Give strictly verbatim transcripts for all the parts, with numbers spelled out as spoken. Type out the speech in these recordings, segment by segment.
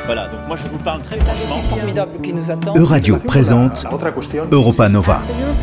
Voilà, donc moi je vous parle très franchement. Formidable qui nous attend. Euradio présente Europa Nova.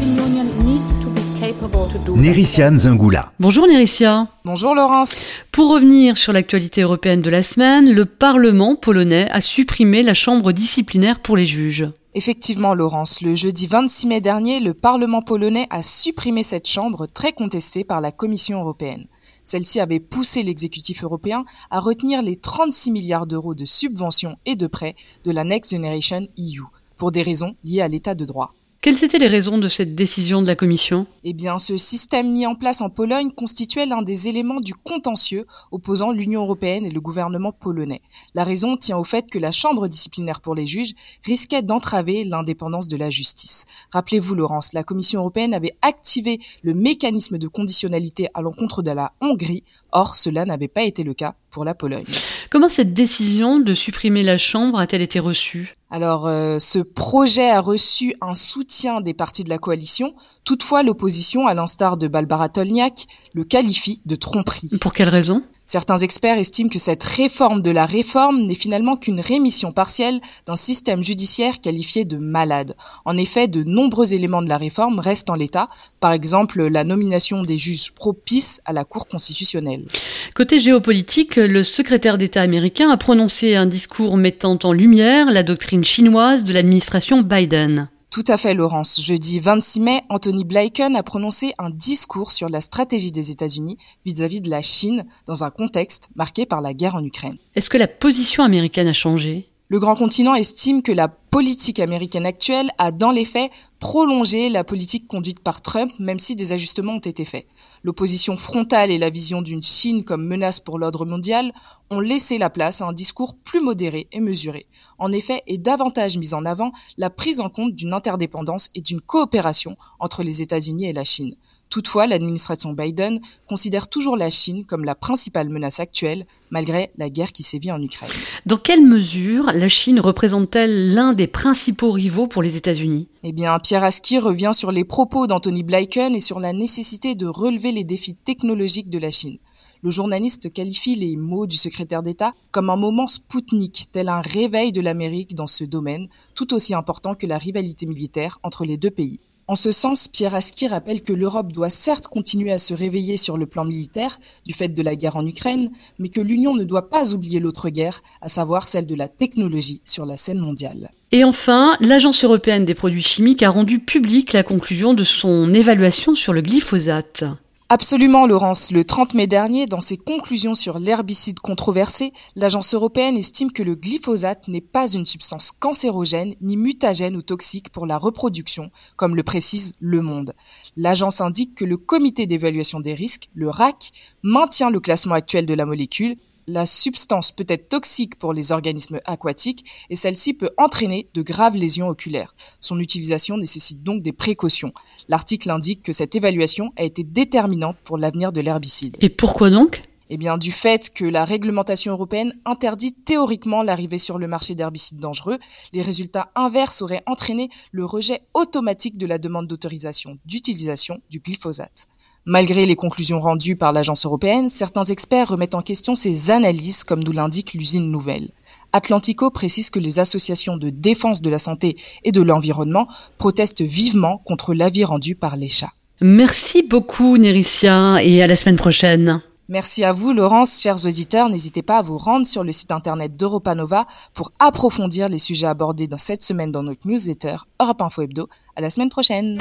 Nérissia Nzingula. Bonjour Nérissia. Bonjour Laurence. Pour revenir sur l'actualité européenne de la semaine, le Parlement polonais a supprimé la chambre disciplinaire pour les juges. Effectivement Laurence, le jeudi vingt-six mai dernier, le Parlement polonais a supprimé cette chambre très contestée par la Commission européenne. Celle-ci avait poussé l'exécutif européen à retenir les trente-six milliards d'euros de subventions et de prêts de la Next Generation E U, pour des raisons liées à l'état de droit. Quelles étaient les raisons de cette décision de la Commission ? Eh bien, ce système mis en place en Pologne constituait l'un des éléments du contentieux opposant l'Union européenne et le gouvernement polonais. La raison tient au fait que la chambre disciplinaire pour les juges risquait d'entraver l'indépendance de la justice. Rappelez-vous, Laurence, la Commission européenne avait activé le mécanisme de conditionnalité à l'encontre de la Hongrie. Or, cela n'avait pas été le cas pour la Pologne. Comment cette décision de supprimer la chambre a-t-elle été reçue ? Alors, euh, ce projet a reçu un soutien des partis de la coalition. Toutefois, l'opposition, à l'instar de Barbara Tolniak, le qualifie de tromperie. Pour quelle raison ? Certains experts estiment que cette réforme de la réforme n'est finalement qu'une rémission partielle d'un système judiciaire qualifié de malade. En effet, de nombreux éléments de la réforme restent en l'état, par exemple la nomination des juges propices à la Cour constitutionnelle. Côté géopolitique, le secrétaire d'État américain a prononcé un discours mettant en lumière la doctrine chinoise de l'administration Biden. Tout à fait, Laurence. Jeudi vingt-six mai, Anthony Blinken a prononcé un discours sur la stratégie des États-Unis vis-à-vis de la Chine dans un contexte marqué par la guerre en Ukraine. Est-ce que la position américaine a changé ? Le grand continent estime que la politique américaine actuelle a, dans les faits, prolongé la politique conduite par Trump, même si des ajustements ont été faits. L'opposition frontale et la vision d'une Chine comme menace pour l'ordre mondial ont laissé la place à un discours plus modéré et mesuré. En effet, est davantage mise en avant la prise en compte d'une interdépendance et d'une coopération entre les États-Unis et la Chine. Toutefois, l'administration Biden considère toujours la Chine comme la principale menace actuelle, malgré la guerre qui sévit en Ukraine. Dans quelle mesure la Chine représente-t-elle l'un des principaux rivaux pour les États-Unis ? Eh bien, Pierre Aski revient sur les propos d'Anthony Blinken et sur la nécessité de relever les défis technologiques de la Chine. Le journaliste qualifie les mots du secrétaire d'État comme un moment spoutnik, tel un réveil de l'Amérique dans ce domaine, tout aussi important que la rivalité militaire entre les deux pays. En ce sens, Pierre Aski rappelle que l'Europe doit certes continuer à se réveiller sur le plan militaire, du fait de la guerre en Ukraine, mais que l'Union ne doit pas oublier l'autre guerre, à savoir celle de la technologie sur la scène mondiale. Et enfin, l'Agence européenne des produits chimiques a rendu publique la conclusion de son évaluation sur le glyphosate. Absolument, Laurence. Le trente mai dernier, dans ses conclusions sur l'herbicide controversé, l'agence européenne estime que le glyphosate n'est pas une substance cancérogène, ni mutagène ou toxique pour la reproduction, comme le précise Le Monde. L'agence indique que le comité d'évaluation des risques, le R A C, maintient le classement actuel de la molécule. La substance peut être toxique pour les organismes aquatiques et celle-ci peut entraîner de graves lésions oculaires. Son utilisation nécessite donc des précautions. L'article indique que cette évaluation a été déterminante pour l'avenir de l'herbicide. Et pourquoi donc ? Eh bien, du fait que la réglementation européenne interdit théoriquement l'arrivée sur le marché d'herbicides dangereux, les résultats inverses auraient entraîné le rejet automatique de la demande d'autorisation d'utilisation du glyphosate. Malgré les conclusions rendues par l'agence européenne, certains experts remettent en question ces analyses, comme nous l'indique l'usine Nouvelle. Atlantico précise que les associations de défense de la santé et de l'environnement protestent vivement contre l'avis rendu par l'E C H A. Merci beaucoup Nérissia et à la semaine prochaine. Merci à vous Laurence, chers auditeurs, n'hésitez pas à vous rendre sur le site internet d'Europa Nova pour approfondir les sujets abordés dans cette semaine dans notre newsletter Europe Info Hebdo. À la semaine prochaine.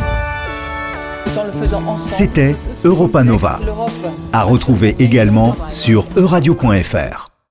C'était Europa Nova, à retrouver également sur euradio point f r.